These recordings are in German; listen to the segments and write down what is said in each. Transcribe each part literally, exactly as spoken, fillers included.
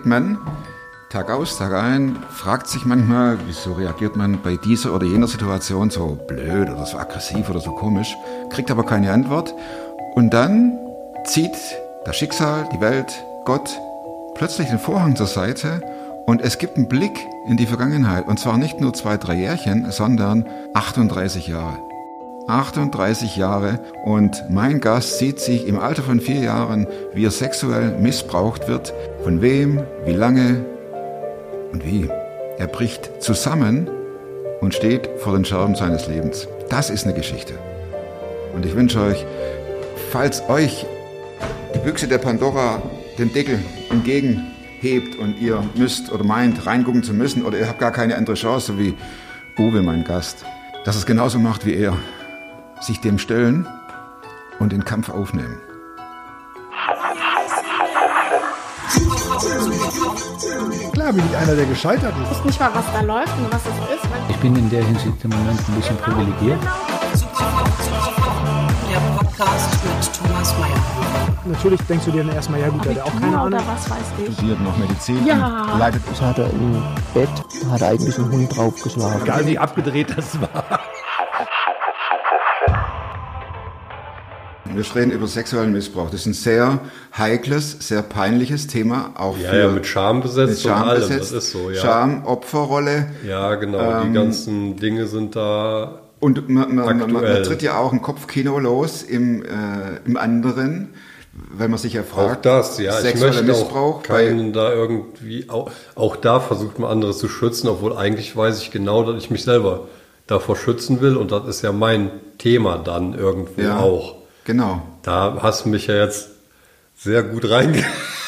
lebt man Tag aus, Tag ein, fragt sich manchmal, wieso reagiert man bei dieser oder jener Situation so blöd oder so aggressiv oder so komisch, kriegt aber keine Antwort. Und dann zieht das Schicksal, die Welt, Gott plötzlich den Vorhang zur Seite und es gibt einen Blick in die Vergangenheit. Und zwar nicht nur zwei, drei Jährchen, sondern achtunddreißig Jahre. achtunddreißig Jahre und mein Gast sieht sich im Alter von vier Jahren, wie er sexuell missbraucht wird. Von wem, wie lange und wie. Er bricht zusammen und steht vor den Scherben seines Lebens. Das ist eine Geschichte. Und ich wünsche euch, falls euch die Büchse der Pandora den Deckel entgegenhebt und ihr müsst oder meint, reingucken zu müssen oder ihr habt gar keine andere Chance, so wie Uwe, mein Gast, dass es genauso macht wie er. Sich dem stellen und den Kampf aufnehmen. Klar bin ich einer, der gescheitert ist. Ich weiß nicht mal, was da läuft und was es ist. Ich bin in der Hinsicht im Moment ein bisschen privilegiert. Der Podcast mit Thomas Mayer. Natürlich denkst du dir dann erstmal, ja gut, der hat auch keine Ahnung. Oder was weiß ich. Studiert noch Medizin. Ja. Leidet. Das hat er im Bett, hat er eigentlich einen Hund draufgeschlagen. Egal wie abgedreht das war. Wir reden über sexuellen Missbrauch. Das ist ein sehr heikles, sehr peinliches Thema. Auch Ja, für ja, mit Scham besetzt mit Scham und allem, besetzt. das ist so, ja. Scham, Opferrolle. Ja, genau, Ähm, die ganzen Dinge sind da Und man, man, man, man aktuell. tritt ja auch ein Kopfkino los im, äh, im anderen, weil man sich ja fragt, Auch das, ja. Ich sexueller möchte Missbrauch. auch keinen da irgendwie, auch, auch da versucht man anderes zu schützen, obwohl eigentlich weiß ich genau, dass ich mich selber davor schützen will und das ist ja mein Thema dann irgendwo Ja. auch. Genau. Da hast du mich ja jetzt sehr gut reinge...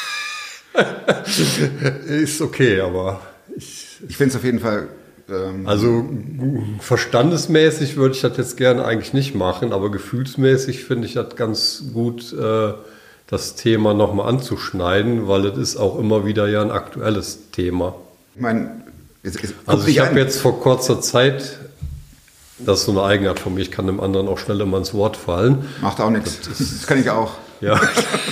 Ist okay, aber ich... Ich finde es auf jeden Fall... Ähm, Also verstandesmäßig würde ich das jetzt gerne eigentlich nicht machen, aber gefühlsmäßig finde ich das ganz gut, äh, das Thema nochmal anzuschneiden, weil es ist auch immer wieder ja ein aktuelles Thema. ich meine... es- es- guck Also ich dich habe an. jetzt vor kurzer Zeit, das ist so eine Eigenart von mir, ich kann dem anderen auch schnell immer ins Wort fallen. Macht auch nichts. Das kann ich auch. Ja.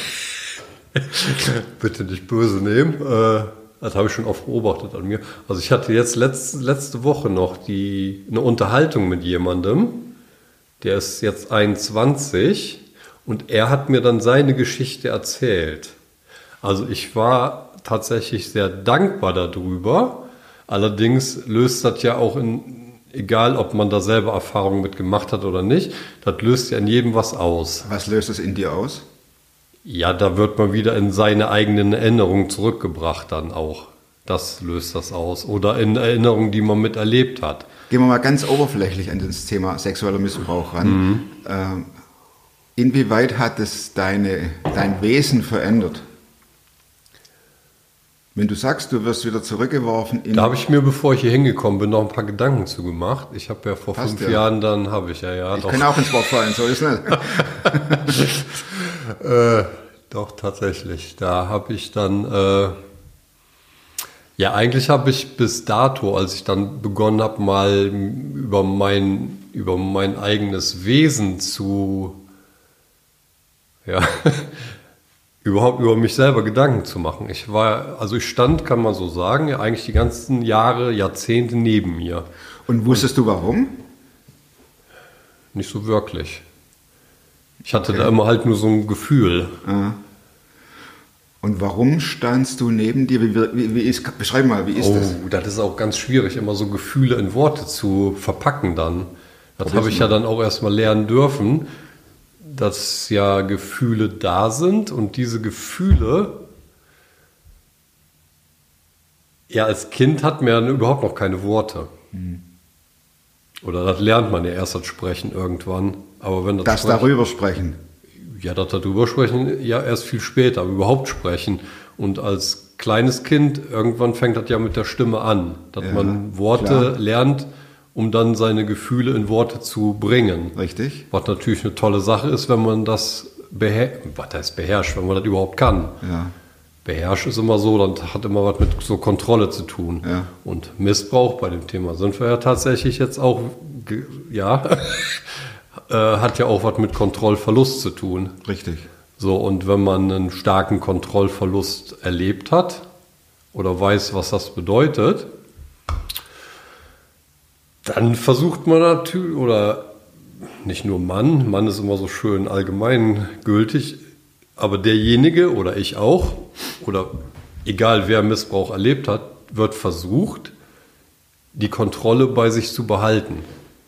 Bitte nicht böse nehmen. Äh, das habe ich schon oft beobachtet an mir. Also ich hatte jetzt letzte, letzte Woche noch die, eine Unterhaltung mit jemandem, der ist jetzt einundzwanzig und er hat mir dann seine Geschichte erzählt. Also ich war tatsächlich sehr dankbar darüber. Allerdings löst das ja auch in, egal ob man da selber Erfahrungen mit gemacht hat oder nicht, das löst ja in jedem was aus. Was löst es in dir aus? Ja, da wird man wieder in seine eigenen Erinnerungen zurückgebracht dann auch. Das löst das aus. Oder in Erinnerungen, die man miterlebt hat. Gehen wir mal ganz oberflächlich an das Thema sexueller Missbrauch ran. Mhm. Ähm, inwieweit hat es deine, dein Wesen verändert? Wenn du sagst, du wirst wieder zurückgeworfen in... Da habe ich mir, bevor ich hier hingekommen bin, noch ein paar Gedanken zu gemacht. Ich habe ja vor Passt fünf ja. Jahren, dann habe ich ja, ja. ich doch, kann auch ins Wort fallen, so ist es nicht. äh, doch, tatsächlich. Da habe ich dann... Äh, ja, eigentlich habe ich bis dato, als ich dann begonnen habe, mal über mein, über mein eigenes Wesen zu... Ja... überhaupt über mich selber Gedanken zu machen. Ich war, also ich stand, kann man so sagen, ja eigentlich die ganzen Jahre, Jahrzehnte neben mir. Und wusstest du warum? Nicht so wirklich. Ich hatte okay. da immer halt nur so ein Gefühl. Ah. Und warum standst du neben dir? Wie, wie, wie ist, beschreib mal, wie ist oh, das? das ist auch ganz schwierig, immer so Gefühle in Worte zu verpacken dann. Das habe ich ja dann auch erstmal lernen dürfen, dass ja Gefühle da sind und diese Gefühle, ja, als Kind hat man ja überhaupt noch keine Worte. Mhm. Oder das lernt man ja erst das Sprechen irgendwann. Aber wenn das, das Sprechen, darüber sprechen? Ja, das darüber sprechen, ja, erst viel später, aber überhaupt sprechen. Und als kleines Kind, irgendwann fängt das ja mit der Stimme an, dass ja, man Worte klar. lernt, um dann seine Gefühle in Worte zu bringen. Richtig. Was natürlich eine tolle Sache ist, wenn man das beherrscht, was heißt beherrscht, wenn man das überhaupt kann. Ja. Beherrscht ist immer so, dann hat immer was mit so Kontrolle zu tun. Ja. Und Missbrauch, bei dem Thema sind wir ja tatsächlich jetzt auch, ja, äh, hat ja auch was mit Kontrollverlust zu tun. Richtig. So, und wenn man einen starken Kontrollverlust erlebt hat, oder weiß, was das bedeutet, dann versucht man natürlich, oder nicht nur Mann, Mann ist immer so schön allgemeingültig, aber derjenige oder ich auch, oder egal wer Missbrauch erlebt hat, wird versucht, die Kontrolle bei sich zu behalten.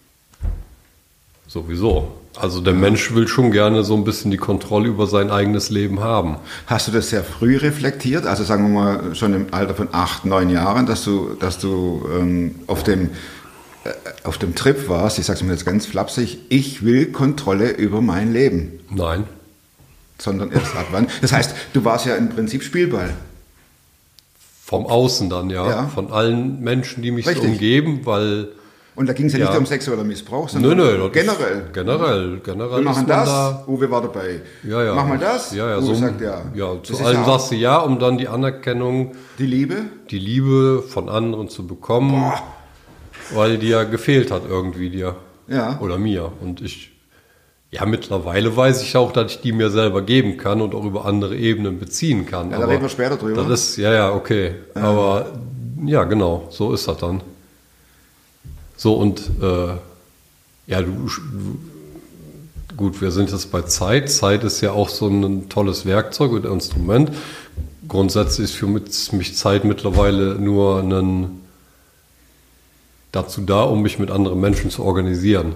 Sowieso. Also der Mensch will schon gerne so ein bisschen die Kontrolle über sein eigenes Leben haben. Hast du das sehr früh reflektiert? Also sagen wir mal schon im Alter von acht, neun Jahren, dass du, dass du ähm, auf dem äh, auf dem Trip warst, ich sage es mir jetzt ganz flapsig, ich will Kontrolle über mein Leben. Nein. Sondern erst ab wann? Das heißt, du warst ja im Prinzip Spielball. Vom Außen dann, ja. Ja. Von allen Menschen, die mich Richtig. so umgeben, weil... Und da ging es ja, Ja. nicht um sexueller Missbrauch, Nö, sondern nö, das- generell. Generell, generell Wir machen ist man das, da... Uwe war dabei. Ja, ja. Mach mal das, Ja, ja, Uwe so, sagt ja. ja Das zu ist allem ja auch sagst du ja, um dann die Anerkennung, die Liebe. die Liebe von anderen zu bekommen, Boah. weil die ja gefehlt hat irgendwie dir. Ja. Oder mir. Und ich, ja, mittlerweile weiß ich auch, dass ich die mir selber geben kann und auch über andere Ebenen beziehen kann. Ja, da Aber reden wir später drüber. Das ist, ja, ja, okay. Aber ja, genau, so ist das dann. So und äh, ja, du, du, gut, wir sind jetzt bei Zeit. Zeit ist ja auch so ein tolles Werkzeug und Instrument. Grundsätzlich ist für mich Zeit mittlerweile nur ein, dazu da, um mich mit anderen Menschen zu organisieren.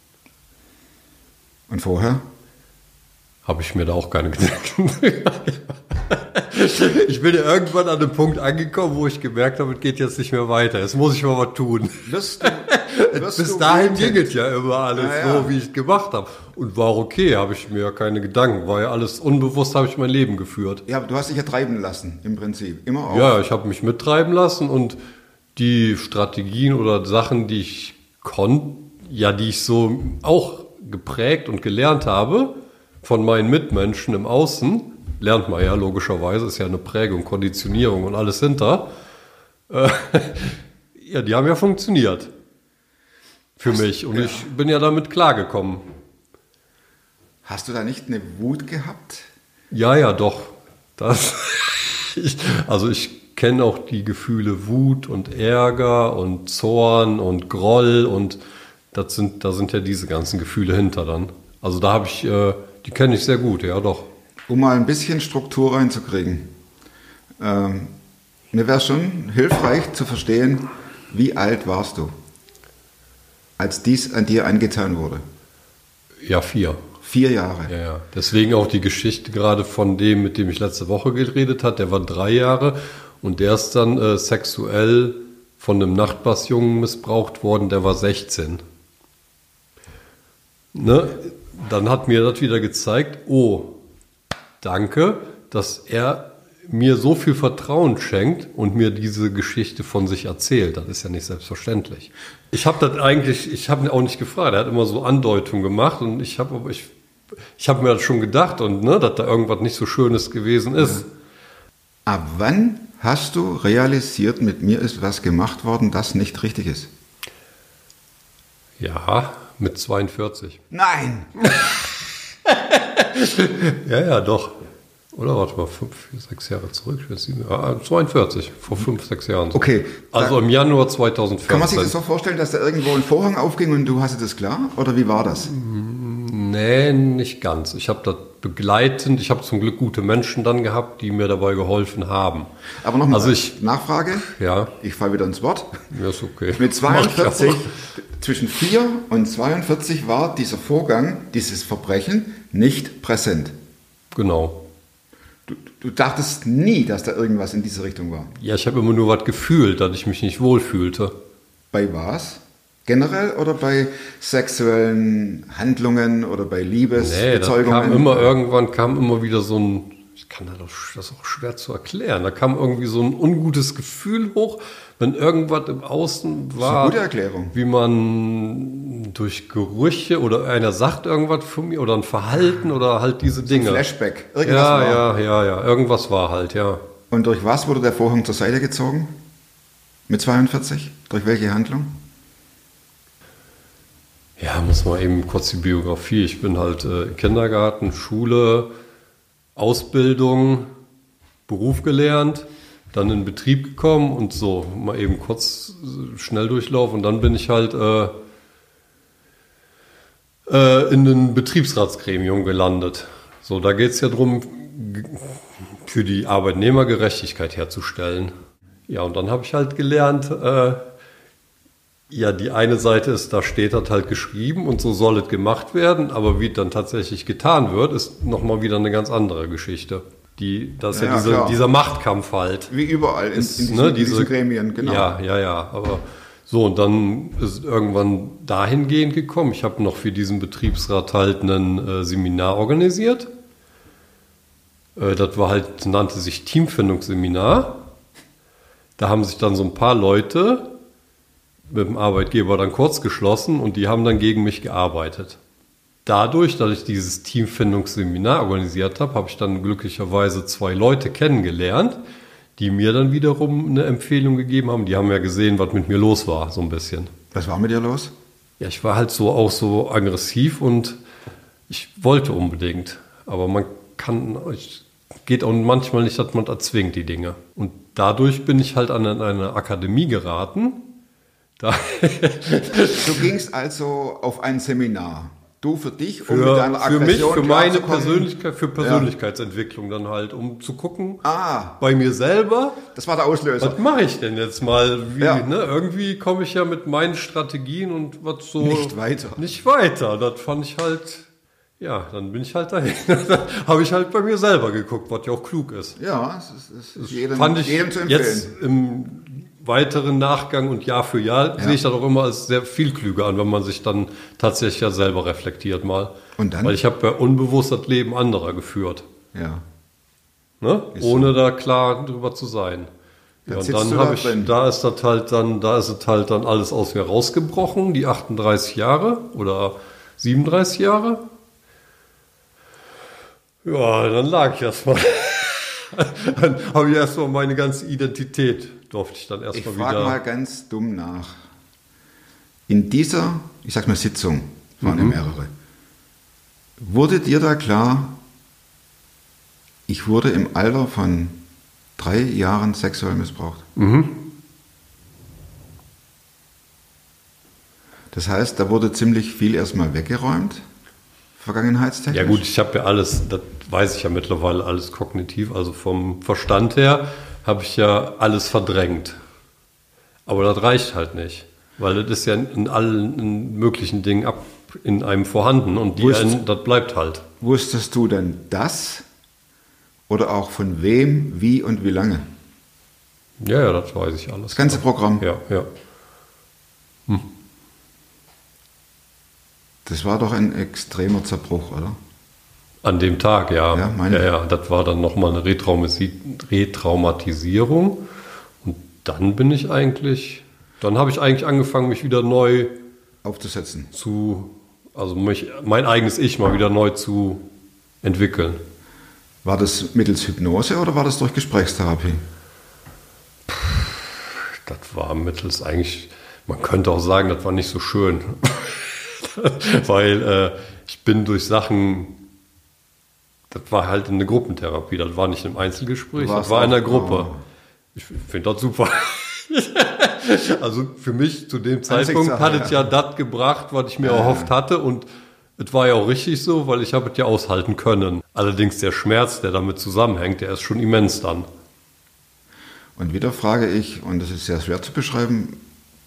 Und vorher? Habe ich mir da auch keine Gedanken. Ich bin ja irgendwann an einem Punkt angekommen, wo ich gemerkt habe, es geht jetzt nicht mehr weiter. Jetzt muss ich mal was tun. Wirst du, wirst Bis du dahin wütend? ging es ja immer alles Na ja. so, wie ich es gemacht habe. Und war okay, habe ich mir ja keine Gedanken. War ja alles unbewusst, habe ich mein Leben geführt. Ja, aber du hast dich ja treiben lassen, im Prinzip. Immer auch. Ja, ich habe mich mittreiben lassen und die Strategien oder Sachen, die ich konnte, ja, die ich so auch geprägt und gelernt habe von meinen Mitmenschen im Außen, lernt man ja logischerweise, ist ja eine Prägung, Konditionierung und alles hinter. Äh, ja, die haben ja funktioniert für Hast- mich und ja. ich bin ja damit klargekommen. Hast du da nicht eine Wut gehabt? Ja, ja, doch. Das, ich, also ich kenne auch die Gefühle Wut und Ärger und Zorn und Groll und das sind, da sind ja diese ganzen Gefühle hinter dann. Also da habe ich, äh, die kenne ich sehr gut, ja doch. Um mal ein bisschen Struktur reinzukriegen. Ähm, mir wäre schon hilfreich zu verstehen, wie alt warst du, als dies an dir angetan wurde? Ja, vier. Vier Jahre. Ja, ja. Deswegen auch die Geschichte gerade von dem, mit dem ich letzte Woche geredet habe, der war drei Jahre und der ist dann äh, sexuell von einem Nachbarsjungen missbraucht worden, der war sechzehn. Ne? Dann hat mir das wieder gezeigt, oh, danke, dass er mir so viel Vertrauen schenkt und mir diese Geschichte von sich erzählt. Das ist ja nicht selbstverständlich. Ich habe das eigentlich, ich habe ihn auch nicht gefragt. Er hat immer so Andeutungen gemacht und ich habe aber ich, ich habe mir das schon gedacht und ne, dass da irgendwas nicht so Schönes gewesen ist. Ab wann hast du realisiert, mit mir ist was gemacht worden, das nicht richtig ist? Ja, mit zweiundvierzig. Nein! Ja, ja, doch. Oder warte mal, fünf, vier, sechs Jahre zurück. Ich weiß nicht mehr. Ah, zweiundvierzig, vor fünf, sechs Jahren. Okay. Also im Januar zweitausendvierzehn. Kann man sich das so vorstellen, dass da irgendwo ein Vorhang aufging und du hast das klar? Oder wie war das? Nee, nicht ganz. Ich habe das begleitend, ich habe zum Glück gute Menschen dann gehabt, die mir dabei geholfen haben. Aber nochmal, Also ich- Nachfrage. Ja, Ich falle wieder ins Wort. ja, ist okay. Mit zweiundvierzig, Mach ich auch. zwischen vier und zweiundvierzig war dieser Vorgang, dieses Verbrechen nicht präsent. Genau. Du, du dachtest nie, dass da irgendwas in diese Richtung war. Ja, ich habe immer nur was gefühlt, dass ich mich nicht wohlfühlte. Bei was? Generell oder bei sexuellen Handlungen oder bei Nee, das Liebesbezeugungen? kam immer, irgendwann kam immer wieder so ein, ich kann das, doch, das ist auch schwer zu erklären, da kam irgendwie so ein ungutes Gefühl hoch, wenn irgendwas im Außen war. eine gute Erklärung. Wie man durch Gerüche oder einer sagt irgendwas von mir oder ein Verhalten oder halt diese Dinge. Flashback. Irgendwas Ja, war. ja, ja, ja, irgendwas war halt, ja. Und durch was wurde der Vorhang zur Seite gezogen? Mit zweiundvierzig? Durch welche Handlung? Ja, muss mal eben kurz die Biografie. Ich bin halt äh, Kindergarten, Schule, Ausbildung, Beruf gelernt. dann in Betrieb gekommen und so mal eben kurz äh, Schnelldurchlauf und dann bin ich halt äh, äh, in ein Betriebsratsgremium gelandet. So, da geht es ja darum, g- für die Arbeitnehmer Gerechtigkeit herzustellen. Ja, und dann habe ich halt gelernt, äh, ja, die eine Seite ist, da steht das halt geschrieben und so soll es gemacht werden, aber wie es dann tatsächlich getan wird, ist nochmal wieder eine ganz andere Geschichte. Die, das ist ja, Ja, diese, klar. dieser Machtkampf halt. Wie überall in, in, Ist, diesen, ne, in diese- diesen Gremien, genau. Ja, ja, ja, aber so, und dann ist irgendwann dahingehend gekommen. Ich habe noch für diesen Betriebsrat halt ein äh, Seminar organisiert. Äh, das war halt, nannte sich Teamfindungsseminar. Da haben sich dann so ein paar Leute mit dem Arbeitgeber dann kurz geschlossen und die haben dann gegen mich gearbeitet. Dadurch, dass ich dieses Teamfindungsseminar organisiert habe, habe ich dann glücklicherweise zwei Leute kennengelernt, die mir dann wiederum eine Empfehlung gegeben haben. Die haben ja gesehen, was mit mir los war, so ein bisschen. Was war mit dir los? Ja, ich war halt so auch so aggressiv und ich wollte unbedingt. Aber man kann, es geht auch manchmal nicht, dass man erzwingt die Dinge. Und dadurch bin ich halt an eine Akademie geraten. Da Du gingst also auf ein Seminar. Du für dich, um mit für, deiner für mich, Aggression für meine klarzukommen. Persönlichkeit, für Persönlichkeitsentwicklung dann halt, um zu gucken, Ah, bei mir selber, das war der Auslöser. was mache ich denn jetzt mal? Wie, Ja. ne? Irgendwie komme ich ja mit meinen Strategien und was so... Nicht weiter. Nicht weiter. Das fand ich halt... Ja, dann bin ich halt dahin. Dann habe ich halt bei mir selber geguckt, was ja auch klug ist. Ja, es ist, es ist jedem, Fand ich jedem zu empfehlen. jetzt im weiteren Nachgang und Jahr für Jahr sehe ich das auch immer als sehr viel klüger an, wenn man sich dann tatsächlich ja selber reflektiert mal. Und dann? Weil ich habe ja unbewusst das Leben anderer geführt. Ja. Ne? Ist Ohne da klar drüber zu sein. Ja, Jetzt und sitzt dann du habe da ich, drin. da ist das halt dann, da ist es halt dann alles aus mir rausgebrochen, die achtunddreißig Jahre oder siebenunddreißig Jahre. Ja, dann lag ich erstmal. Dann habe ich erstmal meine ganze Identität, durfte ich dann Ich erstmal frage wieder. mal ganz dumm nach. In dieser, ich sag mal Sitzung, waren ja Mhm. mehrere, wurde dir da klar, ich wurde im Alter von drei Jahren sexuell missbraucht? Mhm. Das heißt, da wurde ziemlich viel erstmal weggeräumt, vergangenheitstechnisch. Ja gut, ich habe ja alles, das weiß ich ja mittlerweile alles kognitiv, also vom Verstand her habe ich ja alles verdrängt. Aber das reicht halt nicht, weil das ist ja in allen möglichen Dingen ab in einem vorhanden und die, Wusst- ein, das bleibt halt. Wusstest du denn das? Oder auch von wem, wie und wie lange? Ja, ja, das weiß ich alles. Das ganze Programm. Ja, ja. Das war doch ein extremer Zerbruch, oder? An dem Tag, ja. Ja, meine ja, ich. ja, das war dann nochmal eine Retraumasi- Retraumatisierung. Und dann bin ich eigentlich, dann habe ich eigentlich angefangen, mich wieder neu Aufzusetzen. zu, also mich, mein eigenes Ich mal wieder neu zu entwickeln. War das mittels Hypnose oder war das durch Gesprächstherapie? Das war mittels eigentlich, man könnte auch sagen, das war nicht so schön. Weil äh, ich bin durch Sachen, das war halt eine Gruppentherapie, das war nicht im Einzelgespräch, Du das warst war in der auch- Gruppe. oh. Ich finde das super. Also für mich zu dem Zeitpunkt Ansichtssache, hat es ja ja. das gebracht, was ich mir erhofft hatte und es war ja auch richtig so, weil ich habe es ja aushalten können. Allerdings der Schmerz, der damit zusammenhängt, der ist schon immens dann. Und wieder frage ich, und das ist sehr schwer zu beschreiben,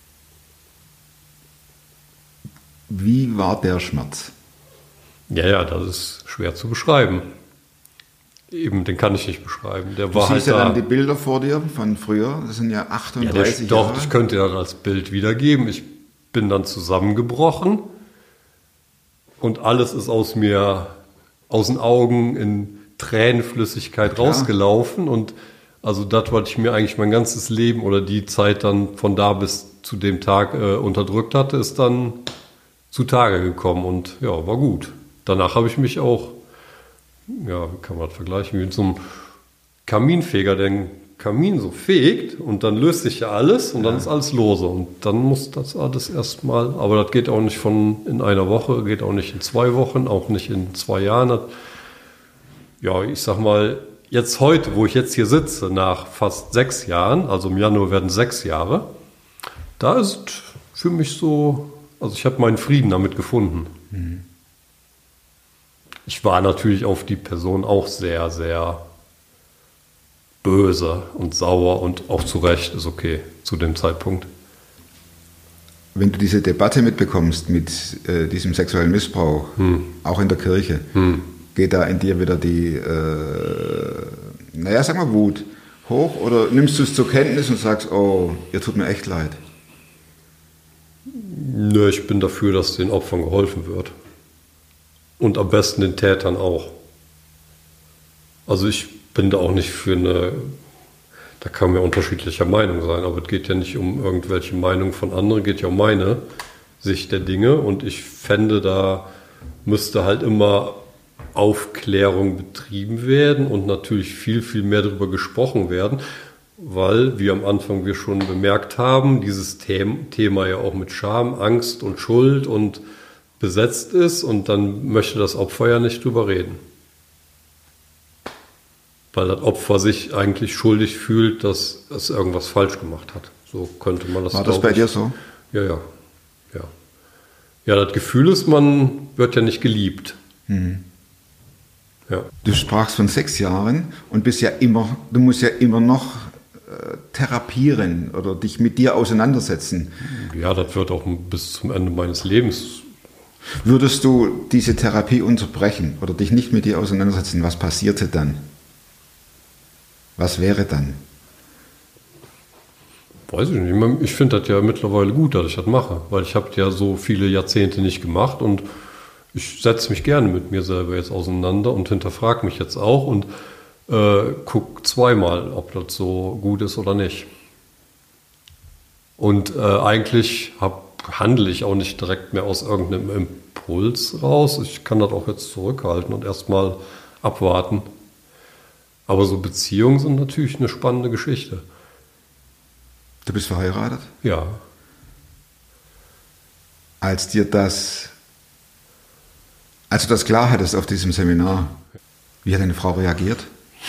wie war der Schmerz? Ja, ja, das ist schwer zu beschreiben. Eben, den kann ich nicht beschreiben. Der Du war halt siehst ja da. dann die Bilder vor dir von früher, das sind ja Ja, der, achtunddreißig doch, Jahre. ich könnte das als Bild wiedergeben. Ich bin dann zusammengebrochen und alles ist aus mir, aus den Augen in Tränenflüssigkeit Klar. rausgelaufen. Und also das, was ich mir eigentlich mein ganzes Leben oder die Zeit dann von da bis zu dem Tag äh, unterdrückt hatte, ist dann zutage gekommen und ja, war gut. Danach habe ich mich auch, ja, wie kann man das vergleichen, wie mit so einem Kaminfeger, der den Kamin so fegt und dann löst sich ja alles und dann ist alles lose und dann muss das alles erstmal, aber das geht auch nicht von in einer Woche, geht auch nicht in zwei Wochen, auch nicht in zwei Jahren. Das, ja, ich sag mal, jetzt heute, wo ich jetzt hier sitze, nach fast sechs Jahren, also im Januar werden sechs Jahre, da ist für mich so, also ich habe meinen Frieden damit gefunden. Mhm. Ich war natürlich auf die Person auch sehr, sehr böse und sauer und auch zu Recht, ist okay zu dem Zeitpunkt. Wenn du diese Debatte mitbekommst mit äh, diesem sexuellen Missbrauch, hm. auch in der Kirche, hm. geht da in dir wieder die, äh, naja, sag mal Wut hoch oder nimmst du es zur Kenntnis und sagst, oh, ihr tut mir echt leid? Nö, ich bin dafür, dass den Opfern geholfen wird. Und am besten den Tätern auch. Also ich bin da auch nicht für eine, da kann man ja unterschiedlicher Meinung sein, aber es geht ja nicht um irgendwelche Meinungen von anderen, es geht ja um meine Sicht der Dinge und ich fände, da müsste halt immer Aufklärung betrieben werden und natürlich viel, viel mehr darüber gesprochen werden, weil, wie am Anfang wir schon bemerkt haben, dieses Thema ja auch mit Scham, Angst und Schuld und besetzt ist und dann möchte das Opfer ja nicht drüber reden. Weil das Opfer sich eigentlich schuldig fühlt, dass es irgendwas falsch gemacht hat. So könnte man das. War das bei dir so? Ja, ja, ja. Ja, das Gefühl ist, man wird ja nicht geliebt. Mhm. Ja. Du sprachst von sechs Jahren und bist ja immer, du musst ja immer noch äh, therapieren oder dich mit dir auseinandersetzen. Ja, das wird auch bis zum Ende meines Lebens. Würdest du diese Therapie unterbrechen oder dich nicht mit dir auseinandersetzen, was passierte dann? Was wäre dann? Weiß ich nicht. Ich finde das ja mittlerweile gut, dass ich das mache, weil ich habe ja so viele Jahrzehnte nicht gemacht und ich setze mich gerne mit mir selber jetzt auseinander und hinterfrage mich jetzt auch und äh, gucke zweimal, ob das so gut ist oder nicht. Und äh, eigentlich hab, handle ich auch nicht direkt mehr aus irgendeinem Impuls raus. Ich kann das auch jetzt zurückhalten und erstmal abwarten. Aber so Beziehungen sind natürlich eine spannende Geschichte. Du bist verheiratet? Ja. Als dir das, als du das klar hattest auf diesem Seminar, wie hat deine Frau reagiert?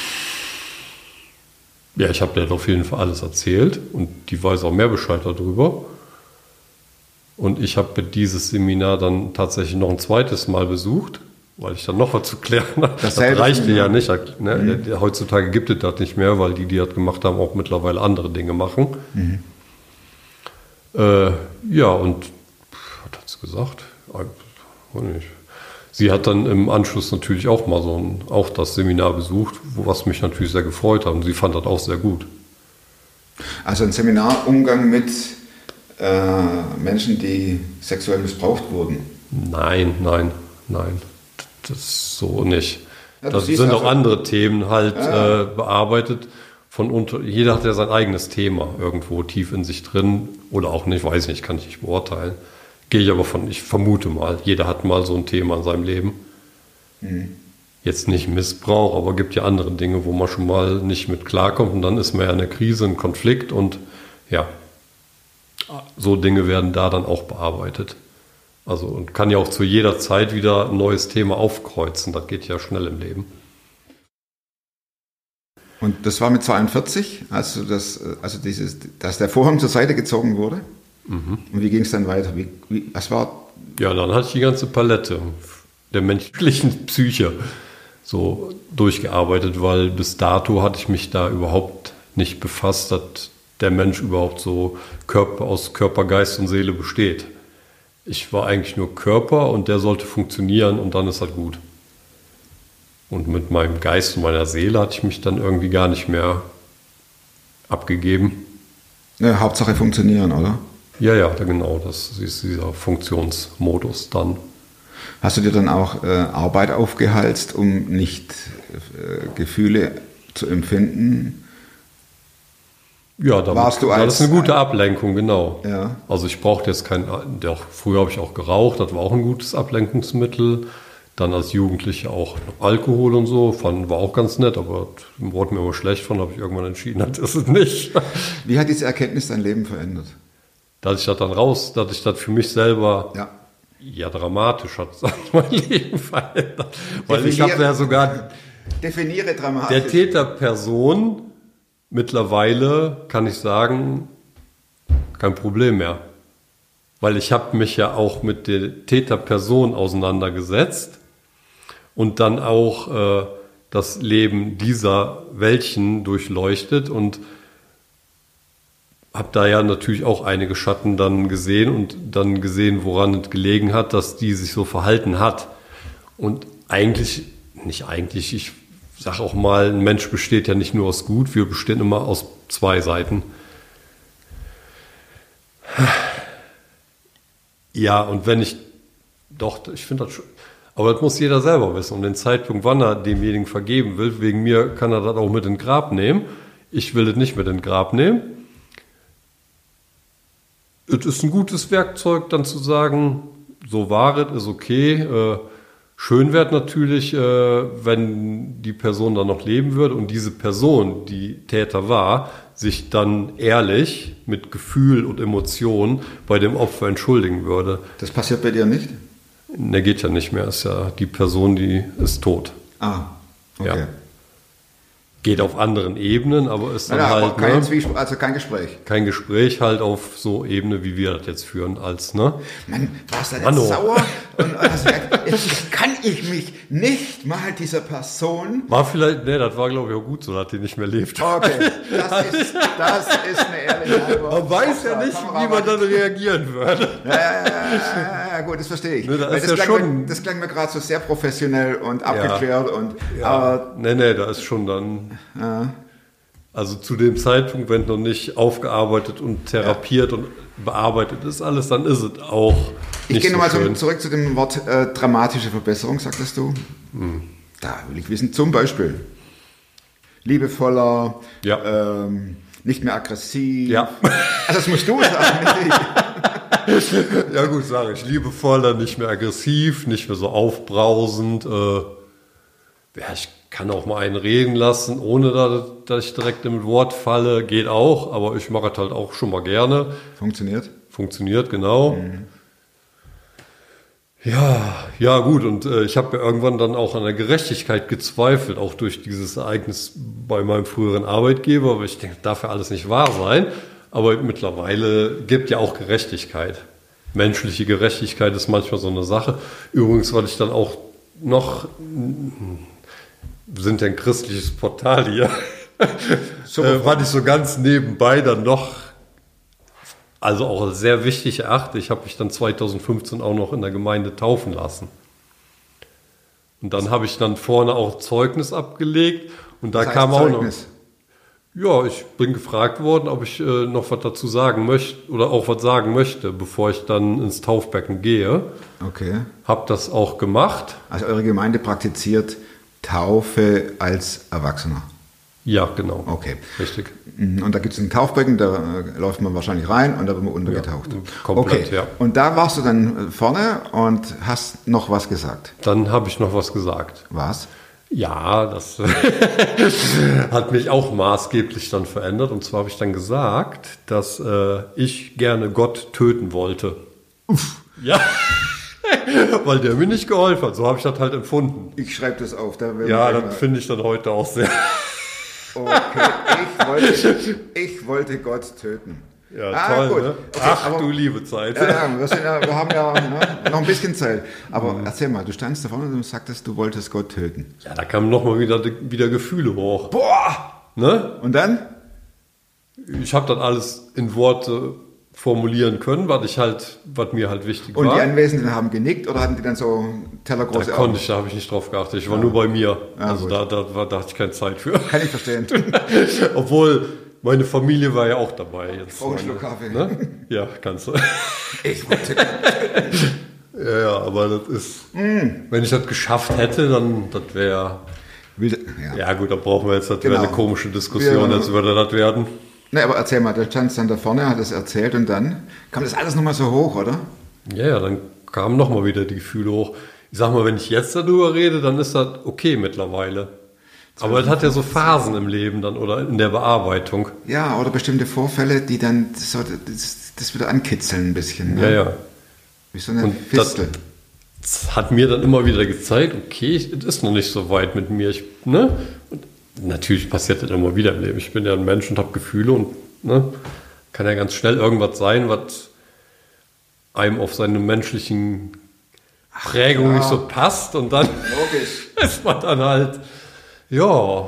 Ja, ich habe dir auf jeden Fall alles erzählt und die weiß auch mehr Bescheid darüber. Und ich habe dieses Seminar dann tatsächlich noch ein zweites Mal besucht, weil ich dann noch was zu klären habe. Das, das reichte Seminar. Ja nicht. Ne? Mhm. Heutzutage gibt es das nicht mehr, weil die, die das gemacht haben, auch mittlerweile andere Dinge machen. Mhm. Äh, ja, und was hat sie gesagt? Nicht. Sie hat dann im Anschluss natürlich auch mal so ein, auch das Seminar besucht, was mich natürlich sehr gefreut hat. Und sie fand das auch sehr gut. Also ein Seminar Umgang mit äh, Menschen, die sexuell missbraucht wurden? Nein, nein, nein. Das ist so nicht. Ja, das sind also auch andere Themen halt ja. äh, bearbeitet. Von unter, jeder hat ja sein eigenes Thema irgendwo tief in sich drin. Oder auch nicht, weiß nicht, kann ich nicht beurteilen. Gehe ich aber von, ich vermute mal, jeder hat mal so ein Thema in seinem Leben. Mhm. Jetzt nicht Missbrauch, aber gibt ja andere Dinge, wo man schon mal nicht mit klarkommt. Und dann ist man ja in einer Krise, ein Konflikt und ja, so Dinge werden da dann auch bearbeitet. Also und kann ja auch zu jeder Zeit wieder ein neues Thema aufkreuzen. Das geht ja schnell im Leben. Und das war mit zweiundvierzig, als, du das, also dieses, dass der Vorhang zur Seite gezogen wurde? Mhm. Und wie ging es dann weiter? Wie, wie, was war? Ja, dann hatte ich die ganze Palette der menschlichen Psyche so durchgearbeitet, weil bis dato hatte ich mich da überhaupt nicht befasst, dass der Mensch überhaupt so Körper, aus Körper, Geist und Seele besteht. Ich war eigentlich nur Körper und der sollte funktionieren und dann ist das gut. Und mit meinem Geist und meiner Seele hatte ich mich dann irgendwie gar nicht mehr abgegeben. Ja, Hauptsache funktionieren, oder? Ja, ja, genau, das ist dieser Funktionsmodus dann. Hast du dir dann auch äh, Arbeit aufgehalst, um nicht äh, Gefühle zu empfinden? Ja, damit, Warst du als, das ist eine gute Ablenkung, genau. Ja. Also ich brauchte jetzt kein, auch, früher habe ich auch geraucht, das war auch ein gutes Ablenkungsmittel. Dann als Jugendlicher auch Alkohol und so, fand, war auch ganz nett, aber wurde mir immer schlecht von, habe ich irgendwann entschieden, das ist es nicht. Wie hat diese Erkenntnis dein Leben verändert? Dass ich das dann raus, dass ich das für mich selber, ja, ja dramatisch hat mein Leben verändert. Weil ich habe ja sogar Definiere dramatisch. Der Täterperson, mittlerweile kann ich sagen, kein Problem mehr. Weil ich habe mich ja auch mit der Täterperson auseinandergesetzt und dann auch äh, das Leben dieser welchen durchleuchtet und habe da ja natürlich auch einige Schatten dann gesehen und dann gesehen, woran es gelegen hat, dass die sich so verhalten hat. Und eigentlich, nicht eigentlich, ich sage auch mal, ein Mensch besteht ja nicht nur aus Gut, wir bestehen immer aus zwei Seiten. Ja, und wenn ich, doch, ich finde das schon, aber das muss jeder selber wissen. Und den Zeitpunkt, wann er demjenigen vergeben will, wegen mir kann er das auch mit in Grab nehmen. Ich will das nicht mit in Grab nehmen. Es ist ein gutes Werkzeug, dann zu sagen, so war es, ist okay. Äh, schön wäre natürlich, äh, wenn die Person dann noch leben würde und diese Person, die Täter war, sich dann ehrlich mit Gefühl und Emotionen bei dem Opfer entschuldigen würde. Das passiert bei dir nicht? Ne, geht ja nicht mehr. Ist ja die Person, die ist tot. Ah, okay. Ja. Geht auf anderen Ebenen, aber ist dann ja, halt kein ne, Zwiespruch, also kein Gespräch. kein Gespräch halt auf so Ebene, wie wir das jetzt führen, als ne. Mann, warst du jetzt Mano. sauer? Und also, jetzt kann ich mich nicht mal dieser Person. War vielleicht, ne, das war glaube ich auch gut so, dass die nicht mehr lebt. Okay, das ist, das ist eine ehrliche Antwort. Man weiß ja nicht, wie man dann reagieren würde. Ja, ja, ja, ja, gut, das verstehe ich. Ne, da Weil ist das, ja klang schon- mir, das klang mir gerade so sehr professionell und abgeklärt. Und, aber, Ne, ne, da ist schon dann. Also zu dem Zeitpunkt, wenn noch nicht aufgearbeitet und therapiert und bearbeitet ist alles, dann ist es auch ich nicht gehe so nochmal schön. zurück zu dem Wort äh, dramatische Verbesserung, sagtest du. Hm. Da will ich wissen, zum Beispiel liebevoller, Ja. ähm, nicht mehr aggressiv. Ja. Also das musst du sagen, nicht ich. Ja gut, sage ich. Liebevoller, nicht mehr aggressiv, nicht mehr so aufbrausend. Äh, ja, ich kann auch mal einen reden lassen, ohne dass, dass ich direkt im Wort falle. Geht auch, aber ich mache es halt auch schon mal gerne. Funktioniert? Funktioniert, genau. Mhm. Ja, ja gut. Und äh, ich habe ja irgendwann dann auch an der Gerechtigkeit gezweifelt, auch durch dieses Ereignis bei meinem früheren Arbeitgeber. Aber ich denke, das darf ja alles nicht wahr sein. Aber mittlerweile gibt ja auch Gerechtigkeit. Menschliche Gerechtigkeit ist manchmal so eine Sache. Übrigens, weil ich dann auch noch, wir sind ja ein christliches Portal hier, So, äh, was ich so ganz nebenbei dann noch, also auch als sehr wichtig erachte. Ich habe mich dann zweitausendfünfzehn auch noch in der Gemeinde taufen lassen. Und dann habe ich dann vorne auch Zeugnis abgelegt und da das heißt kam auch noch. Zeugnis. Ja, ich bin gefragt worden, ob ich äh, noch was dazu sagen möchte oder auch was sagen möchte, bevor ich dann ins Taufbecken gehe. Okay. Hab das auch gemacht. Also eure Gemeinde praktiziert Taufe als Erwachsener. Ja, genau. Okay. Richtig. Und da gibt es ein Taufbecken, da äh, läuft man wahrscheinlich rein und da wird man untergetaucht. Ja, komplett, okay. ja. Und da warst du dann vorne und hast noch was gesagt. Dann habe ich noch was gesagt. Was? Ja, das hat mich auch maßgeblich dann verändert. Und zwar habe ich dann gesagt, dass äh, ich gerne Gott töten wollte. Uff. Ja, weil der mir nicht geholfen hat. So habe ich das halt empfunden. Ich schreibe das auf. Da will Ja, man das finde ich dann heute auch sehr. Okay, ich wollte, ich wollte Gott töten. Ja, Ah, toll, gut. ne? Okay, Ach, aber- du liebe Zeit. Ja, ja, wir, sind ja, wir haben ja ne, noch ein bisschen Zeit. Aber Mhm. erzähl mal, du standst da vorne und du sagtest, du wolltest Gott töten. Ja, da kamen nochmal wieder, wieder Gefühle hoch. Boah! Ne? Und dann? Ich habe dann alles in Worte formulieren können, was ich halt, was mir halt wichtig Und war. die Anwesenden haben genickt oder hatten die dann so da tellergroße konnte Augen? ich, da habe ich nicht drauf geachtet. Ich war nur bei mir. Ja, also gut. da, da, war, da hatte ich keine Zeit für. Kann ich verstehen. Obwohl, meine Familie war ja auch dabei. Jetzt Brauch einen meine, Schluck Kaffee. Ne? Ja, kannst du. Ich wollte Gott töten. Ja, ja, aber das ist, Mm. wenn ich das geschafft hätte, dann, das wäre, Wilde- Ja. ja gut, da brauchen wir jetzt, das wäre Genau. eine komische Diskussion, Wir- jetzt würde das werden. Ne, aber erzähl mal, der stand dann da vorne, hat es erzählt und dann kam das alles nochmal so hoch, oder? Ja, ja, dann kamen nochmal wieder die Gefühle hoch. Ich sag mal, wenn ich jetzt darüber rede, dann ist das okay mittlerweile. Aber es hat ja so Phasen im Leben dann oder in der Bearbeitung. Ja, oder bestimmte Vorfälle, die dann so das, das wieder ankitzeln ein bisschen. Ne? Ja, ja. Wie so eine Und Fistel. das hat mir dann immer wieder gezeigt, okay, es ist noch nicht so weit mit mir. Ich, ne? Und natürlich passiert das immer wieder im Leben. Ich bin ja ein Mensch und habe Gefühle und ne? Kann ja ganz schnell irgendwas sein, was einem auf seine menschlichen Prägungen ja. nicht so passt und dann Logisch. ist man dann halt, ja.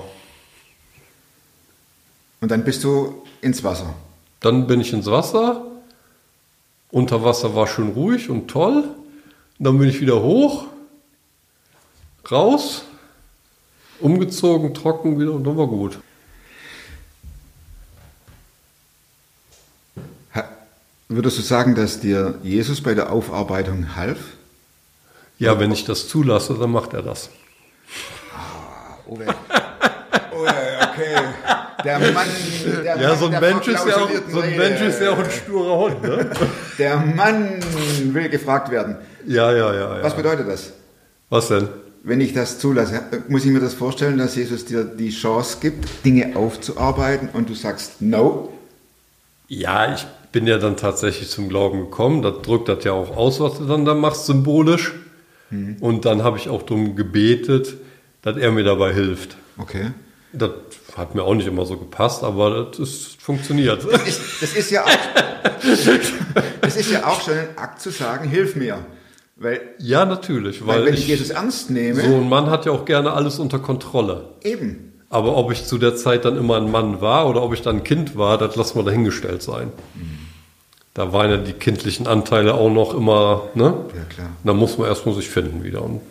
Und dann bist du ins Wasser. Dann bin ich ins Wasser. Unter Wasser war schön ruhig und toll. Dann bin ich wieder hoch, raus, umgezogen, trocken wieder und dann war gut. Ha, würdest du sagen, dass dir Jesus bei der Aufarbeitung half? Ja, wenn ich das zulasse, dann macht er das. Uwe. Uwe, okay. Der Mann, der Ja, Mann so ein, der Mensch ist ja auch, verklausulierten so ein Rede. Mensch ist ja auch ein sturer Hund, ne? Der Mann will gefragt werden. Ja, ja, ja, ja. Was bedeutet das? Was denn? Wenn ich das zulasse, muss ich mir das vorstellen, dass Jesus dir die Chance gibt, Dinge aufzuarbeiten und du sagst no? Ja, ich bin ja dann tatsächlich zum Glauben gekommen. Das drückt das ja auch aus, was du dann da machst, symbolisch. Mhm. Und dann habe ich auch darum gebetet, dass er mir dabei hilft. Okay. Das hat mir auch nicht immer so gepasst, aber das ist, funktioniert. Das ist, das ist ja auch, das ist ja auch schon ein Akt zu sagen, hilf mir. Weil, Ja, natürlich. Weil, weil wenn ich, ich Jesus ernst nehme, so ein Mann hat ja auch gerne alles unter Kontrolle. eben. Aber ob ich zu der Zeit dann immer ein Mann war oder ob ich dann ein Kind war, das lassen wir dahingestellt sein. Mhm. Da waren ja die kindlichen Anteile auch noch immer, ne? Ja, klar. Da muss man erstmal sich finden wieder. Und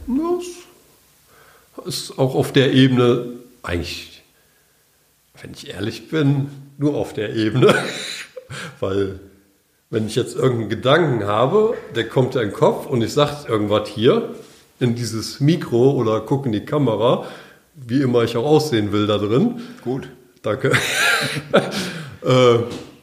das ist auch auf der Ebene, eigentlich, wenn ich ehrlich bin, nur auf der Ebene. Weil, wenn ich jetzt irgendeinen Gedanken habe, der kommt ja in den Kopf und ich sage irgendwas hier in dieses Mikro oder gucke in die Kamera, wie immer ich auch aussehen will da drin. Gut. Danke. äh,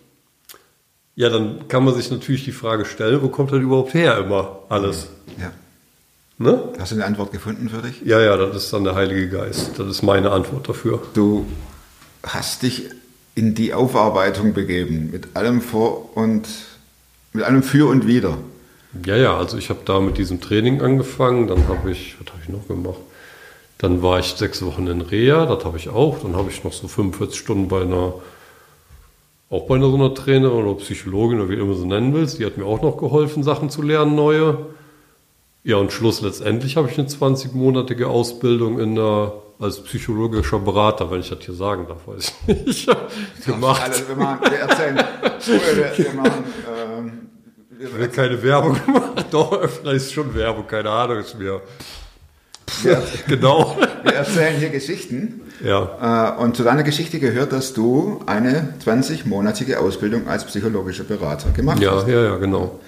ja, dann kann man sich natürlich die Frage stellen, wo kommt das überhaupt her immer alles? Ja. Ne? Hast du eine Antwort gefunden für dich? Ja, ja, das ist dann der Heilige Geist. Das ist meine Antwort dafür. Du hast dich in die Aufarbeitung begeben, mit allem Vor- und mit allem Für und Wider. Ja, ja, also ich habe da mit diesem Training angefangen, dann habe ich, was habe ich noch gemacht? Dann war ich sechs Wochen in Reha, das habe ich auch. Dann habe ich noch so fünfundvierzig Stunden bei einer, auch bei einer so einer Trainerin oder Psychologin oder wie du immer so nennen willst. Die hat mir auch noch geholfen, Sachen zu lernen, neue. Ja, und Schluss letztendlich habe ich eine zwanzigmonatige Ausbildung in der, als psychologischer Berater, wenn ich das hier sagen darf, weiß ich nicht, gemacht. Also, wir, machen, wir erzählen, wir, wir machen, ähm, Ich will keine Werbung machen. Doch, öfter ist schon Werbung, keine Ahnung, ist mir. wir, Genau. wir erzählen hier Geschichten. Ja. Äh, und zu deiner Geschichte gehört, dass du eine zwanzigmonatige Ausbildung als psychologischer Berater gemacht Ja, hast. ja, ja, genau.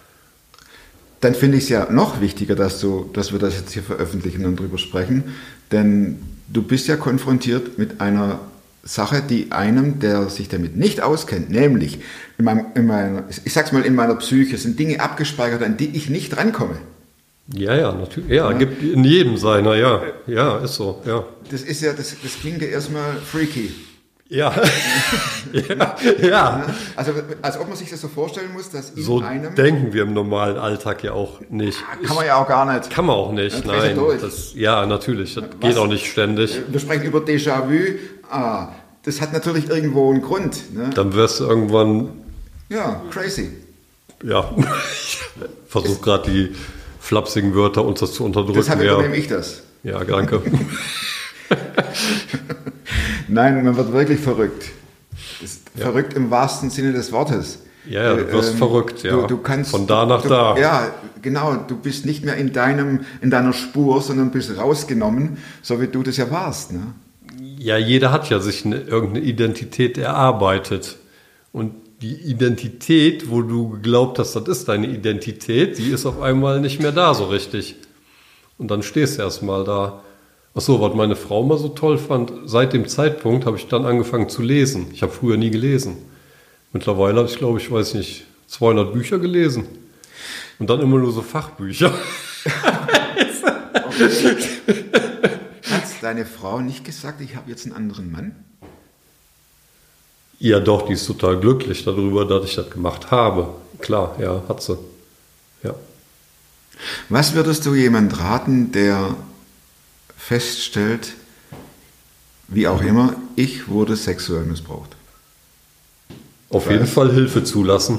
Dann finde ich es ja noch wichtiger, dass, du, dass wir das jetzt hier veröffentlichen und drüber sprechen, denn du bist ja konfrontiert mit einer Sache, die einem, der sich damit nicht auskennt, nämlich in meinem, in meiner, ich sag's mal, in meiner Psyche sind Dinge abgespeichert, an die ich nicht rankomme. Ja, ja, natürlich. Ja, ja, gibt in jedem seiner, ja. Ja, ist so, ja. Das ist ja, das, das klingt ja erstmal freaky. Ja. ja, ja. Also, als ob man sich das so vorstellen muss, dass in So einem... denken wir im normalen Alltag ja auch nicht. Kann man ja auch gar nicht. Kann man auch nicht, Dann drehst du nein. durch. Das, ja, natürlich. Das Was? geht auch nicht ständig. Wir sprechen über Déjà-vu. Ah, das hat natürlich irgendwo einen Grund. Ne? Dann wirst du irgendwann, Ja, crazy. ja, ich versuche gerade die flapsigen Wörter uns das zu unterdrücken. Deshalb ja. übernehme ich das. Ja, danke. Nein, man wird wirklich verrückt. Ist Ja. Verrückt im wahrsten Sinne des Wortes. Ja, ja, du wirst Ähm, verrückt, ja. Du, du kannst, Von da nach du, da. Ja, genau. Du bist nicht mehr in, deinem, in deiner Spur, sondern bist rausgenommen, so wie du das ja warst. Ne? Ja, jeder hat ja sich eine, irgendeine Identität erarbeitet. Und die Identität, wo du geglaubt hast, das ist deine Identität, die ist auf einmal nicht mehr da so richtig. Und dann stehst du erstmal da. Achso, was meine Frau mal so toll fand, seit dem Zeitpunkt habe ich dann angefangen zu lesen. Ich habe früher nie gelesen. Mittlerweile habe ich, glaube ich, weiß nicht, zweihundert Bücher gelesen. Und dann immer nur so Fachbücher. Okay. Hat deine Frau nicht gesagt, ich habe jetzt einen anderen Mann? Ja, doch, die ist total glücklich darüber, dass ich das gemacht habe. Klar, ja, hat sie. Ja. Was würdest du jemand raten, der feststellt, wie auch immer, ich wurde sexuell missbraucht? Auf Was? jeden Fall Hilfe zulassen.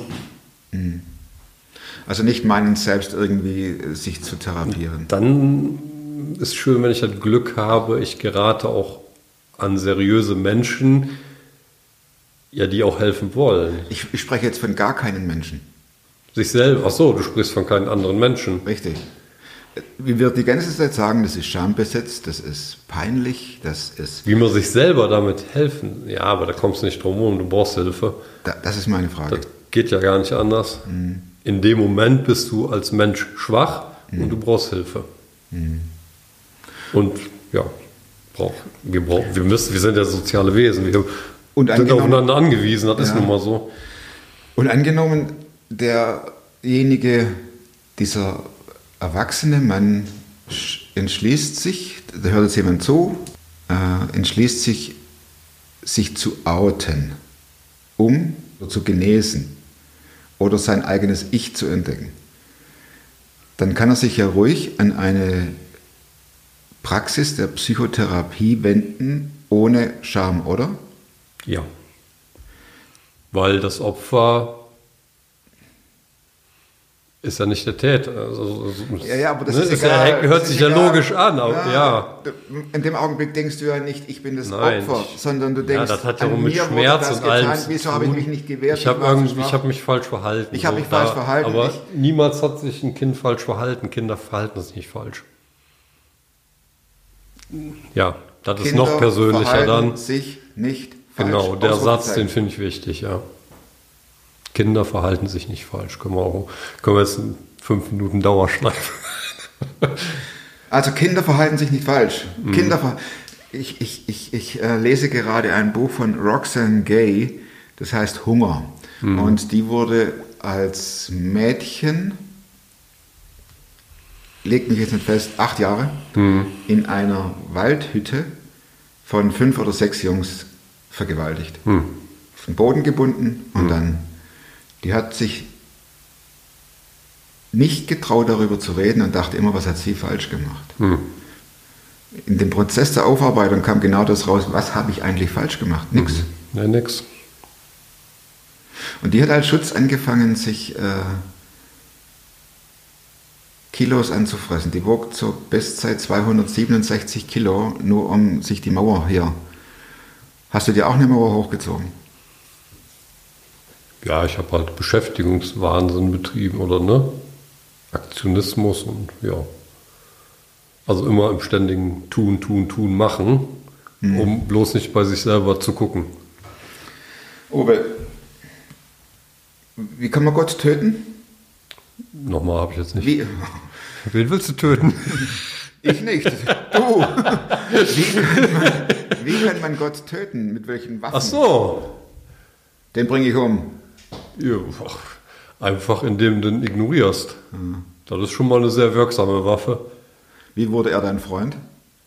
Also nicht meinen, selbst irgendwie sich zu therapieren. Dann ist schön, wenn ich das Glück habe, ich gerate auch an seriöse Menschen, ja, die auch helfen wollen. Ich, ich spreche jetzt von gar keinen Menschen. Sich selber, ach so, du sprichst von keinen anderen Menschen. Richtig. Wie wir die ganze Zeit sagen, das ist schambesetzt, das ist peinlich, das ist... Wie man sich selber damit helfen, ja, aber da kommst du nicht drum herum, du brauchst Hilfe. Da, das ist meine Frage. Das geht ja gar nicht anders. Mhm. In dem Moment bist du als Mensch schwach mhm. und du brauchst Hilfe. Mhm. Und ja, brauch, wir, brauch, wir, müssen, wir sind ja soziale Wesen, wir und sind aufeinander angewiesen, das ja. ist nun mal so. Und angenommen, derjenige, dieser erwachsene Mann entschließt sich, da hört jetzt jemand zu, äh, entschließt sich, sich zu outen, um zu genesen oder sein eigenes Ich zu entdecken. Dann kann er sich ja ruhig an eine Praxis der Psychotherapie wenden, ohne Scham, oder? Ja. Weil das Opfer ist ja nicht der Täter. Also, ja, ja, aber das ne, ist ist egal. Ja, hört das sich ja egal. logisch an. Aber, ja, ja. In dem Augenblick denkst du ja nicht, ich bin das Nein, Opfer, ich, sondern du denkst, ja, das hat ja an mit mir Schmerz wurde das und allem getan, wieso habe ich mich nicht gewehrt? Ich habe hab mich falsch verhalten. Ich habe so, mich falsch da, verhalten. Aber ich, niemals hat sich ein Kind falsch verhalten. Kinder verhalten sich nicht falsch. Ja, das Kinder ist noch persönlicher dann. sich nicht falsch. Genau, der Satz, den finde ich wichtig, ja. Kinder verhalten sich nicht falsch. Können wir, auch, können wir jetzt in fünf Minuten Dauerschleife. Also Kinder verhalten sich nicht falsch. Mhm. Kinder ver- ich ich, ich, ich äh, lese gerade ein Buch von Roxane Gay, das heißt Hunger. Mhm. Und die wurde als Mädchen, legt mich jetzt nicht fest, acht Jahre, mhm. in einer Waldhütte von fünf oder sechs Jungs vergewaltigt. Mhm. Auf den Boden gebunden und mhm. dann, die hat sich nicht getraut, darüber zu reden und dachte immer, was hat sie falsch gemacht. Mhm. In dem Prozess der Aufarbeitung kam genau das raus, was habe ich eigentlich falsch gemacht? Nix. Mhm. Ja, nix. Und die hat als Schutz angefangen, sich äh, Kilos anzufressen. Die wog zur Bestzeit zweihundertsiebenundsechzig Kilo, nur um sich die Mauer hier. Hast du dir auch eine Mauer hochgezogen? Ja, ich habe halt Beschäftigungswahnsinn betrieben, oder ne? Aktionismus und ja. Also immer im ständigen Tun, Tun, Tun, Machen, mhm. um bloß nicht bei sich selber zu gucken. Uwe, wie kann man Gott töten? Nochmal habe ich jetzt nicht. Wie? Wen willst du töten? Ich nicht. Du. Wie kann, man, wie kann man Gott töten? Mit welchen Waffen? Ach so. Den bringe ich um. Ja, einfach indem du den ignorierst. Mhm. Das ist schon mal eine sehr wirksame Waffe. Wie wurde er dein Freund?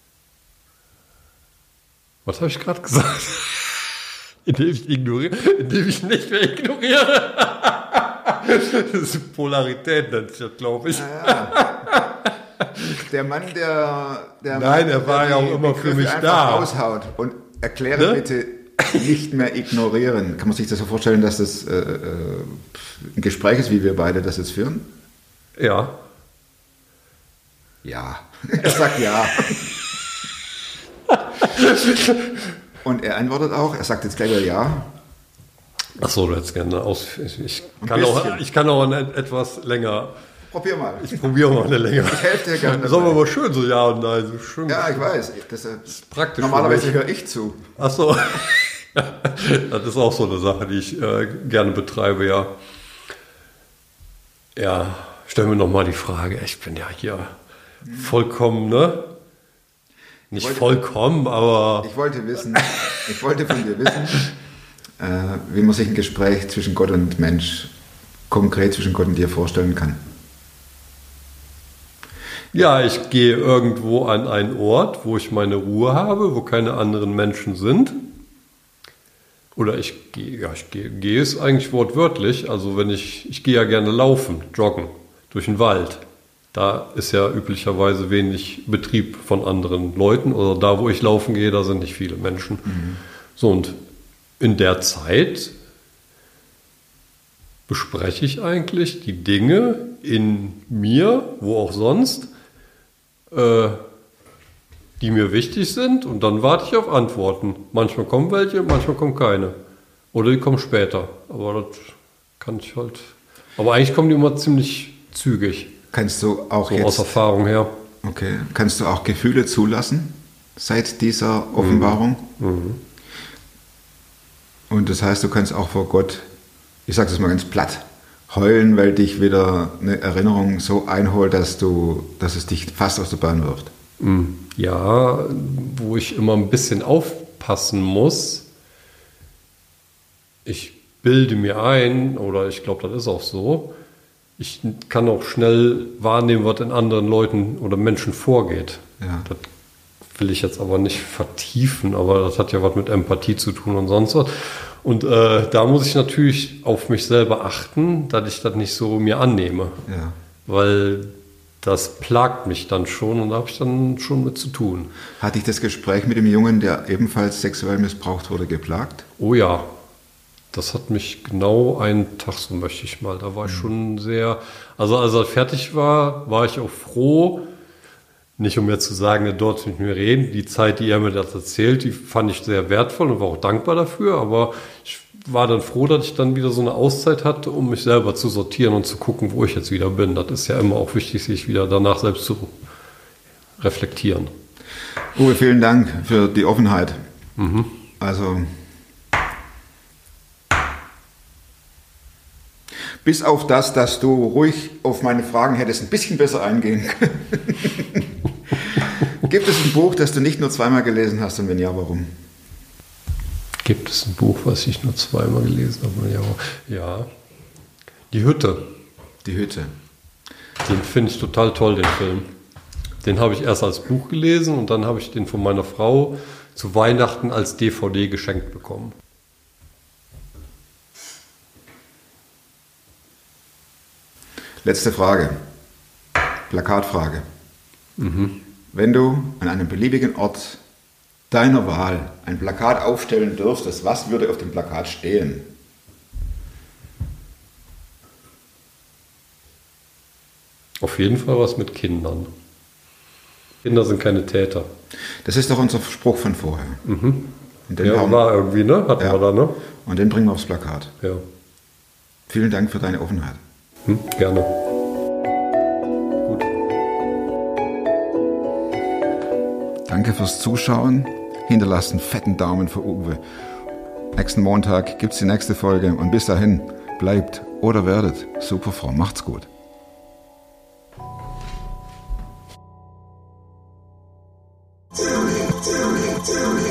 Was habe ich gerade gesagt? Indem ich ignoriere, indem ich nicht mehr ignoriere. Das ist Polarität, nennt sich das, glaube ich. Ja. Der Mann, der... der Nein, Mann, er war der ja auch immer für mich einfach da. Raushaut. Und erkläre ne? bitte, nicht mehr ignorieren. Kann man sich das so vorstellen, dass das äh, ein Gespräch ist, wie wir beide das jetzt führen? Ja. Ja. Er sagt ja. Und er antwortet auch, er sagt jetzt gleich wieder ja. Ach so, du hättest gerne aus. Ich, ich, kann auch, ich kann auch eine, etwas länger. Probier mal. Ich probiere mal eine länger. Ich helfe dir gerne. Sagen wir mal schön so ja und nein. So schön. Ja, ich weiß. Das ist praktisch. Normalerweise höre ich zu. Ach so. Das ist auch so eine Sache, die ich äh, gerne betreibe, ja. Ja, stell mir nochmal die Frage. Ich bin ja hier vollkommen, ne? Nicht wollte, vollkommen, aber... Ich wollte wissen, ich wollte von dir wissen, äh, wie man sich ein Gespräch zwischen Gott und Mensch, konkret zwischen Gott und dir vorstellen kann. Ja, ich gehe irgendwo an einen Ort, wo ich meine Ruhe habe, wo keine anderen Menschen sind. Oder ich gehe, ja, ich gehe, gehe es eigentlich wortwörtlich. Also wenn ich, ich gehe ja gerne laufen, joggen, durch den Wald. da ist ja üblicherweise wenig Betrieb von anderen Leuten. Oder da, wo ich laufen gehe, da sind nicht viele Menschen. Mhm. So, und in der Zeit bespreche ich eigentlich die Dinge in mir, wo auch sonst, äh, die mir wichtig sind, und dann warte ich auf Antworten. Manchmal kommen welche, manchmal kommen keine. Oder die kommen später. Aber das kann ich halt. Aber eigentlich kommen die immer ziemlich zügig. Kannst du auch so jetzt, aus Erfahrung her. Okay. Kannst du auch Gefühle zulassen seit dieser Offenbarung? Mhm. Und das heißt, du kannst auch vor Gott, ich sage das mal ganz platt, heulen, weil dich wieder eine Erinnerung so einholt, dass du, dass es dich fast aus der Bahn wirft. Ja, wo ich immer ein bisschen aufpassen muss. Ich bilde mir ein, oder ich glaube, das ist auch so, ich kann auch schnell wahrnehmen, was in anderen Leuten oder Menschen vorgeht. Ja. Das will ich jetzt aber nicht vertiefen, aber das hat ja was mit Empathie zu tun und sonst was. Und äh, da muss ich natürlich auf mich selber achten, dass ich das nicht so mir annehme. Ja. Weil das plagt mich dann schon, und da habe ich dann schon mit zu tun. Hat dich das Gespräch mit dem Jungen, der ebenfalls sexuell missbraucht wurde, geplagt? Oh ja, das hat mich genau einen Tag, so möchte ich mal, da war ich schon sehr, also als er fertig war, war ich auch froh, nicht um jetzt zu sagen, er dort mit mir reden, die Zeit, die er mir das erzählt, die fand ich sehr wertvoll und war auch dankbar dafür, aber ich war dann froh, dass ich dann wieder so eine Auszeit hatte, um mich selber zu sortieren und zu gucken, wo ich jetzt wieder bin. Das ist ja immer auch wichtig, sich wieder danach selbst zu reflektieren. Uwe, vielen Dank für die Offenheit. Mhm. Also, bis auf das, dass du ruhig auf meine Fragen hättest ein bisschen besser eingehen können. Gibt es ein Buch, das du nicht nur zweimal gelesen hast, und wenn ja, warum? Gibt es ein Buch, was ich nur zweimal gelesen habe? Ja, ja. Die Hütte. Die Hütte. Den finde ich total toll, den Film. Den habe ich erst als Buch gelesen und dann habe ich den von meiner Frau zu Weihnachten als D V D geschenkt bekommen. Letzte Frage. Plakatfrage. Mhm. Wenn du an einem beliebigen Ort deiner Wahl ein Plakat aufstellen dürftest, was würde auf dem Plakat stehen? Auf jeden Fall was mit Kindern. Kinder sind keine Täter. Das ist doch unser Spruch von vorher. Mhm. Und den Ja, haben, war irgendwie, ne? Hatten Ja. wir da, ne? und den bringen wir aufs Plakat. Ja. Vielen Dank für deine Offenheit. Hm, gerne. Gut. Danke fürs Zuschauen. Hinterlasst einen fetten Daumen für Uwe. Nächsten Montag gibt's die nächste Folge, und bis dahin bleibt oder werdet Superfrau. Macht's gut. Tell me, tell me, tell me.